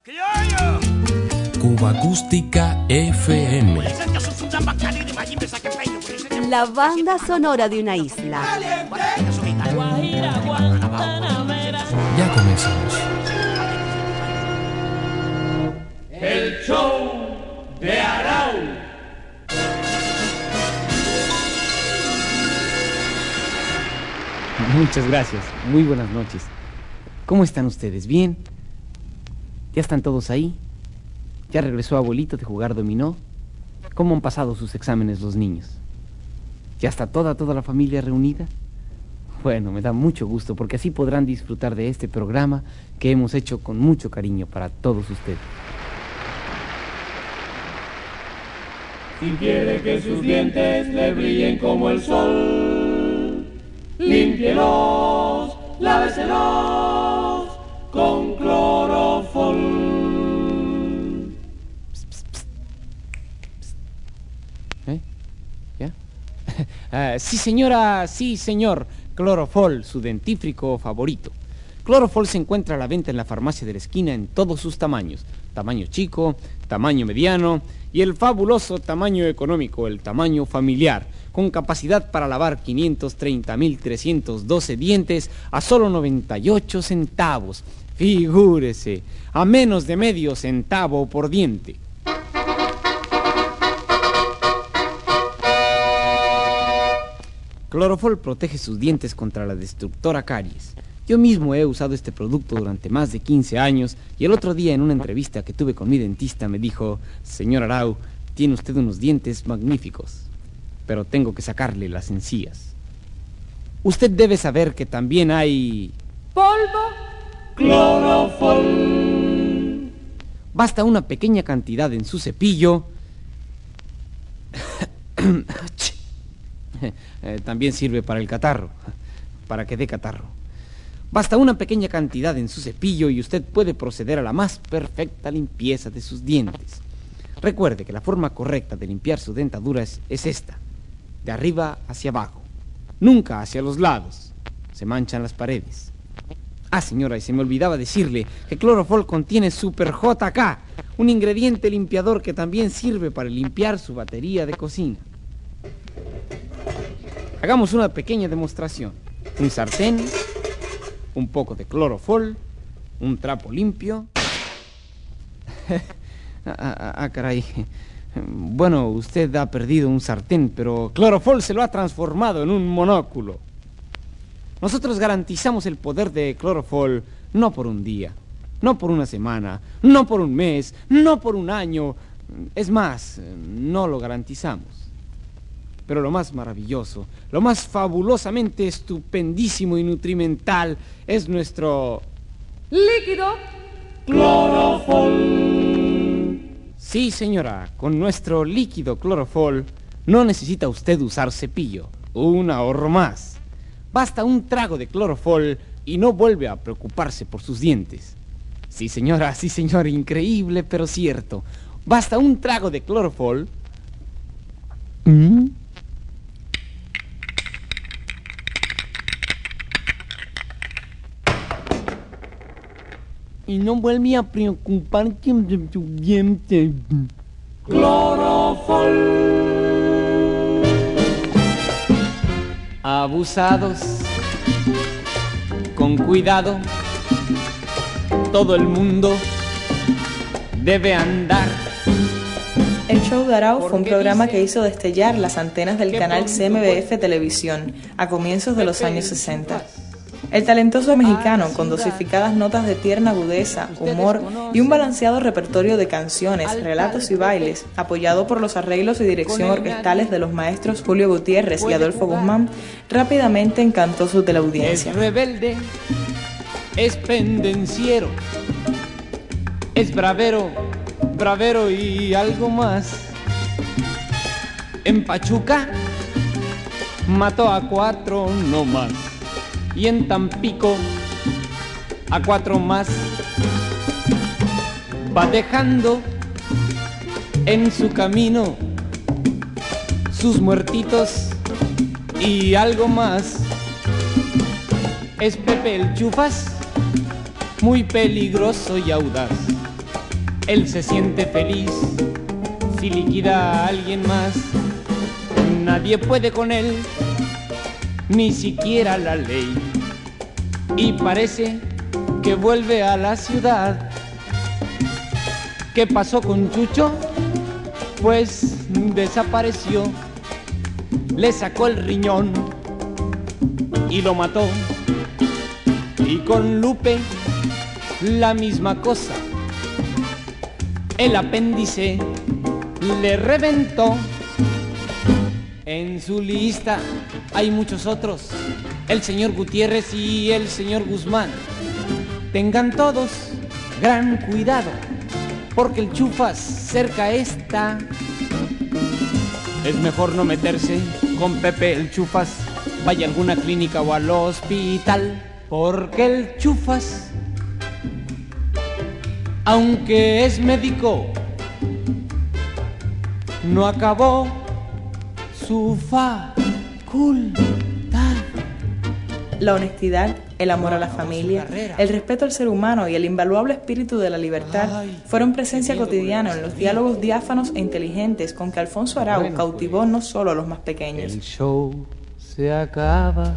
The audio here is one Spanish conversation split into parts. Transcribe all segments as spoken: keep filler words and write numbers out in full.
Cuba Acústica F M. La banda sonora de una isla. Ya comenzamos. El show de Arau. Muchas gracias, muy buenas noches. ¿Cómo están ustedes? ¿Bien? ¿Ya están todos ahí? ¿Ya regresó abuelito de jugar dominó? ¿Cómo han pasado sus exámenes los niños? ¿Ya está toda, toda la familia reunida? Bueno, me da mucho gusto porque así podrán disfrutar de este programa que hemos hecho con mucho cariño para todos ustedes. Si quiere que sus dientes le brillen como el sol, límpielos, láveselos con clorofol. ¿Eh? ¿Ya? uh, sí, señora, sí, señor. Clorofol, su dentífrico favorito. Clorofol se encuentra a la venta en la farmacia de la esquina en todos sus tamaños. Tamaño chico, tamaño mediano y el fabuloso tamaño económico, el tamaño familiar, con capacidad para lavar quinientos treinta mil trescientos doce dientes a solo noventa y ocho centavos. Figúrese, a menos de medio centavo por diente. Clorofol protege sus dientes contra la destructora caries. Yo mismo he usado este producto durante más de quince años y el otro día en una entrevista que tuve con mi dentista me dijo: señor Arau, tiene usted unos dientes magníficos, pero tengo que sacarle las encías. Usted debe saber que también hay... polvo clorofol. Basta una pequeña cantidad en su cepillo. eh, también sirve para el catarro, para que dé catarro. Basta una pequeña cantidad en su cepillo y usted puede proceder a la más perfecta limpieza de sus dientes. Recuerde que la forma correcta de limpiar su dentadura es, es esta, de arriba hacia abajo, nunca hacia los lados. Se manchan las paredes. Ah, señora, y se me olvidaba decirle que Clorofol contiene Super J K, un ingrediente limpiador que también sirve para limpiar su batería de cocina. Hagamos una pequeña demostración. Un sartén, un poco de Clorofol, un trapo limpio. ah, ah, ah, caray. Bueno, usted ha perdido un sartén, pero Clorofol se lo ha transformado en un monóculo. Nosotros garantizamos el poder de Clorofol no por un día, no por una semana, no por un mes, no por un año. Es más, no lo garantizamos. Pero lo más maravilloso, lo más fabulosamente estupendísimo y nutrimental es nuestro... líquido clorofol. Sí, señora, con nuestro líquido Clorofol no necesita usted usar cepillo, un ahorro más. Basta un trago de Clorofol y no vuelve a preocuparse por sus dientes. Sí, señora, sí, señor, increíble, pero cierto. Basta un trago de Clorofol... ¿Mm? Y no vuelve a preocuparse de sus dientes. Clorofol. Abusados, con cuidado, todo el mundo debe andar. El show de Arau fue un programa que hizo destellar las antenas del canal C M B F Televisión a comienzos de los años sesenta. El talentoso mexicano, con dosificadas notas de tierna agudeza, humor y un balanceado repertorio de canciones, relatos y bailes, apoyado por los arreglos y dirección orquestales de los maestros Julio Gutiérrez y Adolfo Guzmán, rápidamente encantó su teleaudiencia. Es rebelde, es pendenciero, es bravero, bravero y algo más. En Pachuca mató a cuatro no más. Y en Tampico a cuatro más. Va dejando en su camino sus muertitos y algo más. Es Pepe el Chufas, muy peligroso y audaz. Él se siente feliz si liquida a alguien más. Nadie puede con él, ni siquiera la ley. Y parece que vuelve a la ciudad. ¿Qué pasó con Chucho? Pues desapareció. Le sacó el riñón y lo mató. Y con Lupe la misma cosa. El apéndice le reventó. En su lista hay muchos otros, el señor Gutiérrez y el señor Guzmán. Tengan todos gran cuidado, porque el Chufas cerca está. Es mejor no meterse con Pepe el Chufas. Vaya a alguna clínica o al hospital, porque el Chufas, aunque es médico, no acabó su facultad. La honestidad, el amor a la familia, el respeto al ser humano y el invaluable espíritu de la libertad fueron presencia cotidiana en los diálogos diáfanos e inteligentes con que Alfonso Arau cautivó no solo a los más pequeños. El show se acaba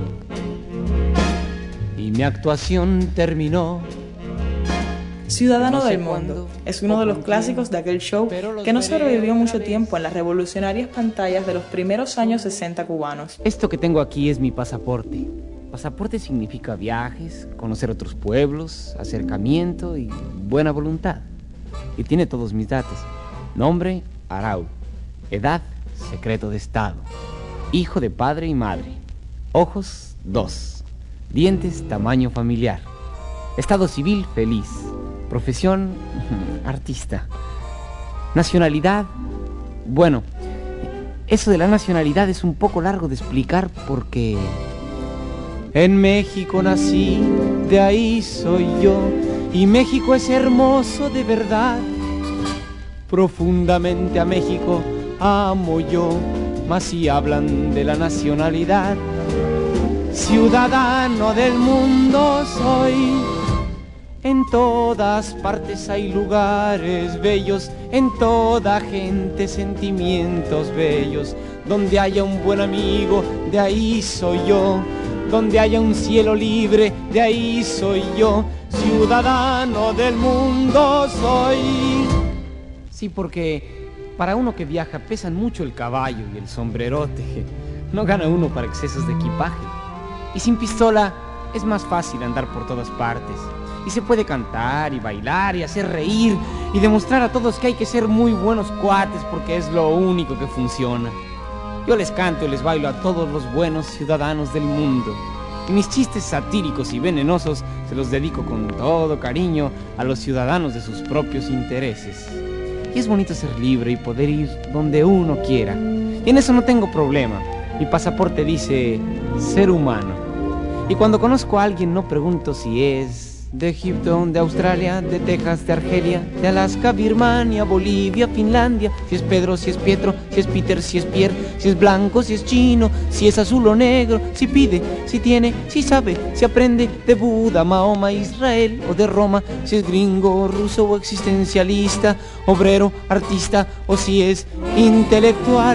y mi actuación terminó. Ciudadano no del Mundo es uno de los clásicos de aquel show que no sobrevivió mucho tiempo en las revolucionarias pantallas de los primeros años sesenta cubanos. Esto que tengo aquí es mi pasaporte. Pasaporte significa viajes, conocer otros pueblos, acercamiento y buena voluntad. Y tiene todos mis datos. Nombre, Arau. Edad, secreto de estado. Hijo de padre y madre. Ojos, dos. Dientes, tamaño familiar. Estado civil, feliz. Profesión, artista. Nacionalidad, bueno, eso de la nacionalidad es un poco largo de explicar porque en México nací, de ahí soy yo, y México es hermoso de verdad. Profundamente a México amo yo, mas si hablan de la nacionalidad, ciudadano del mundo soy. En todas partes hay lugares bellos, en toda gente sentimientos bellos. Donde haya un buen amigo, de ahí soy yo. Donde haya un cielo libre, de ahí soy yo. Ciudadano del mundo soy. Sí, porque para uno que viaja pesan mucho el caballo y el sombrerote. No gana uno para excesos de equipaje. Y sin pistola es más fácil andar por todas partes. Y se puede cantar y bailar y hacer reír y demostrar a todos que hay que ser muy buenos cuates porque es lo único que funciona. Yo les canto y les bailo a todos los buenos ciudadanos del mundo. Y mis chistes satíricos y venenosos se los dedico con todo cariño a los ciudadanos de sus propios intereses. Y es bonito ser libre y poder ir donde uno quiera. Y en eso no tengo problema. Mi pasaporte dice ser humano. Y cuando conozco a alguien no pregunto si es de Egipto, de Australia, de Texas, de Argelia, de Alaska, Birmania, Bolivia, Finlandia. Si es Pedro, si es Pietro, si es Peter, si es Pierre, si es blanco, si es chino, si es azul o negro, si pide, si tiene, si sabe, si aprende de Buda, Mahoma, Israel o de Roma, si es gringo, ruso o existencialista, obrero, artista o si es intelectual.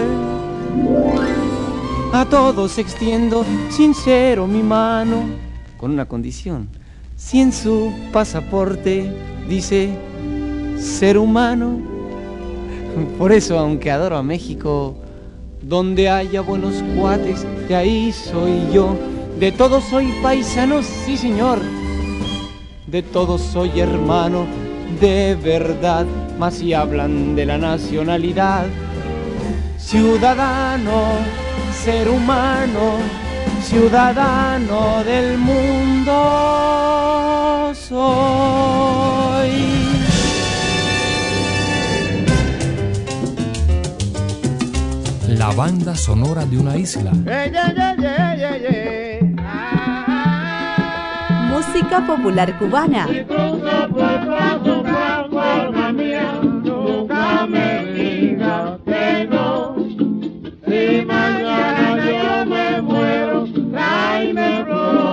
A todos extiendo sincero mi mano, con una condición. Si en su pasaporte dice ser humano. Por eso, aunque adoro a México, donde haya buenos cuates, de ahí soy yo. De todos soy paisano, sí señor. De todos soy hermano, de verdad. Mas si hablan de la nacionalidad, ciudadano, ser humano, ciudadano del mundo soy. La banda sonora de una isla. Música popular cubana.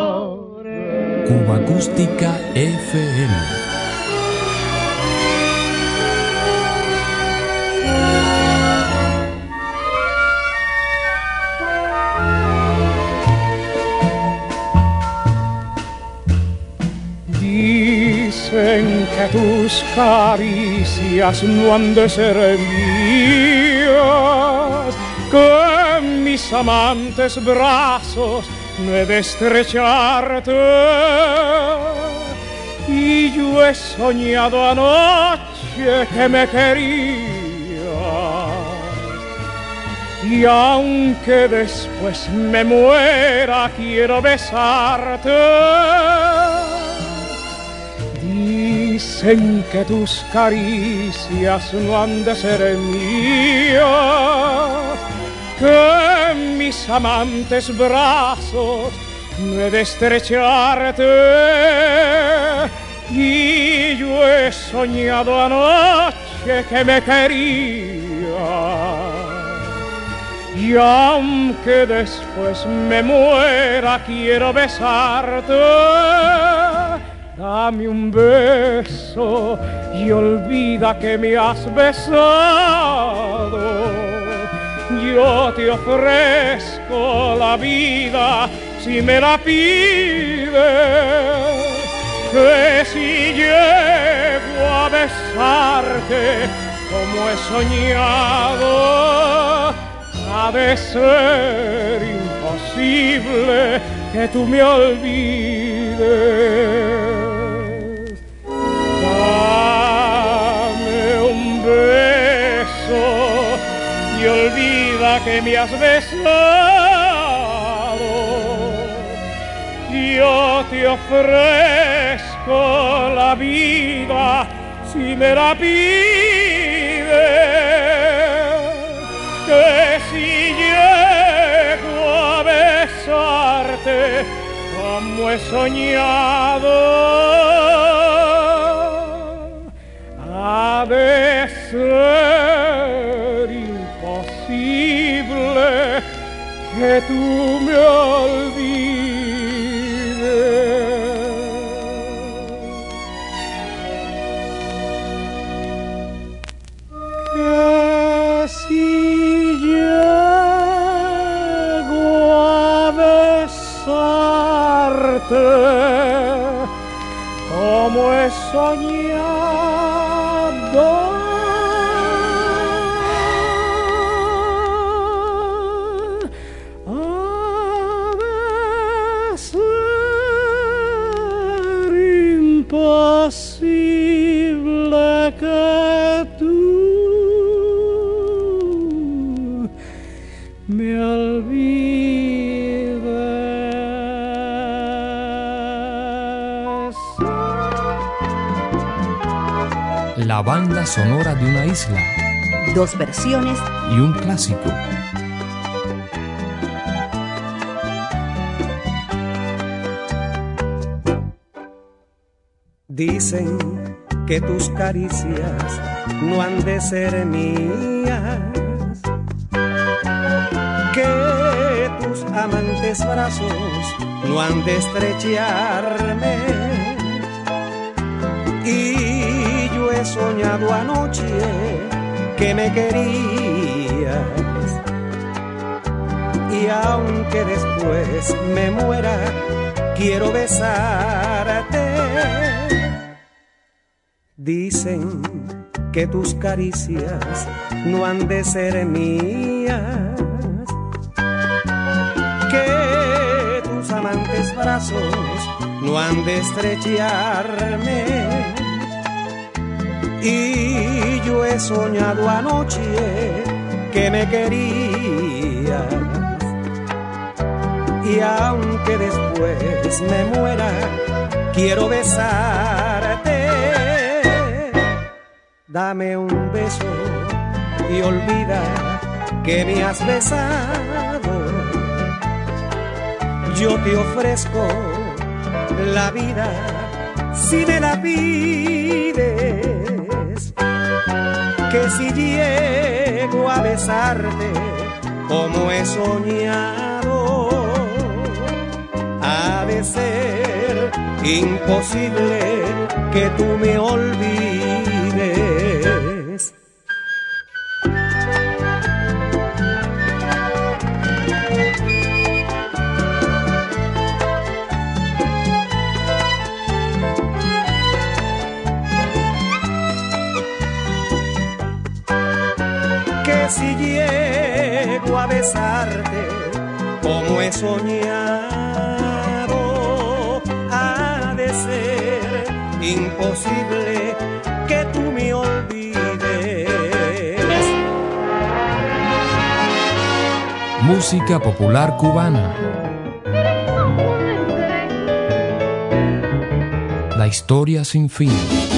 Cuba Acústica F M. que tus caricias no han de ser mías, que mis amantes brazos no he de estrecharte. Y yo he soñado anoche que me querías, y aunque después me muera quiero besarte. Dicen que tus caricias no han de ser mías, que mis amantes brazos no he de estrecharte. Y yo he soñado anoche que me querías, y aunque después me muera quiero besarte. Dame un beso y olvida que me has besado. Yo te ofrezco la vida si me la pides, que si llego a besarte como he soñado, ha de ser imposible que tú me olvides. Dame un beso y olvida que me has besado. Yo te ofrezco la vida si me la pides, que si llego a besarte como he soñado, ha de ser imposible que tú me olvides. Que si llego a besarte como he soñado, imposible que tú me olvides. La banda sonora de una isla. Dos versiones Y un clásico. Dicen que tus caricias no han de ser mías, que tus amantes brazos no han de estrecharme. Y yo he soñado anoche que me querías, y aunque después me muera quiero besarte. Dicen que tus caricias no han de ser mías, que tus amantes brazos no han de estrecharme. Y yo he soñado anoche que me querías, y aunque después me muera quiero besarte. Dame un beso y olvida que me has besado. Yo te ofrezco la vida si me la pides, que si llego a besarte como he soñado, ha de ser imposible que tú me olvides. que si llego a besarte como he soñado, ha de ser imposible que tú me olvides. Música popular cubana. La historia sin fin.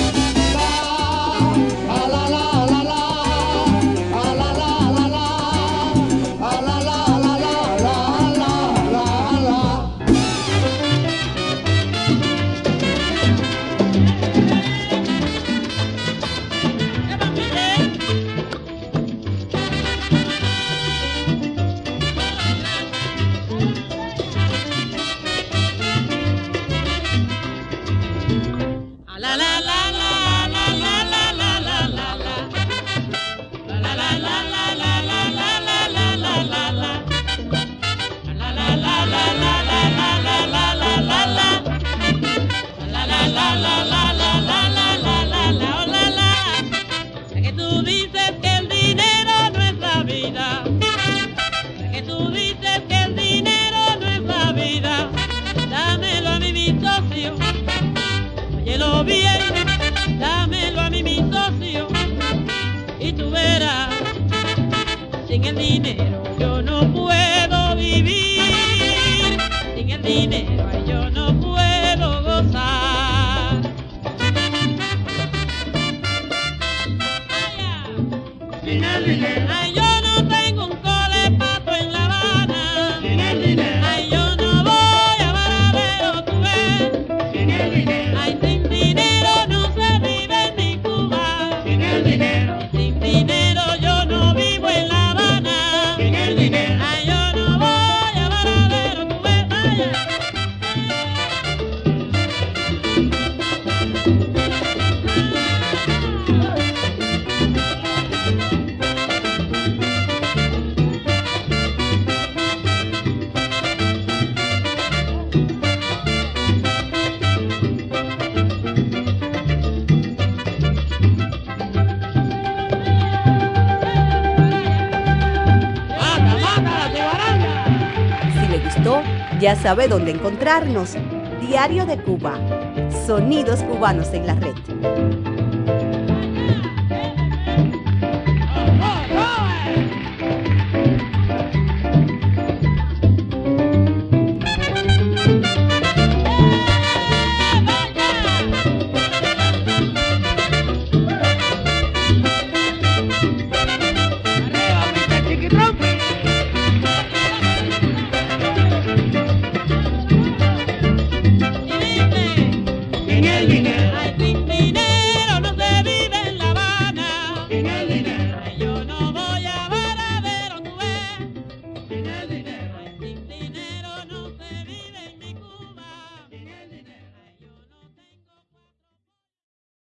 Ya sabe dónde encontrarnos. Diario de Cuba. Sonidos cubanos en la red.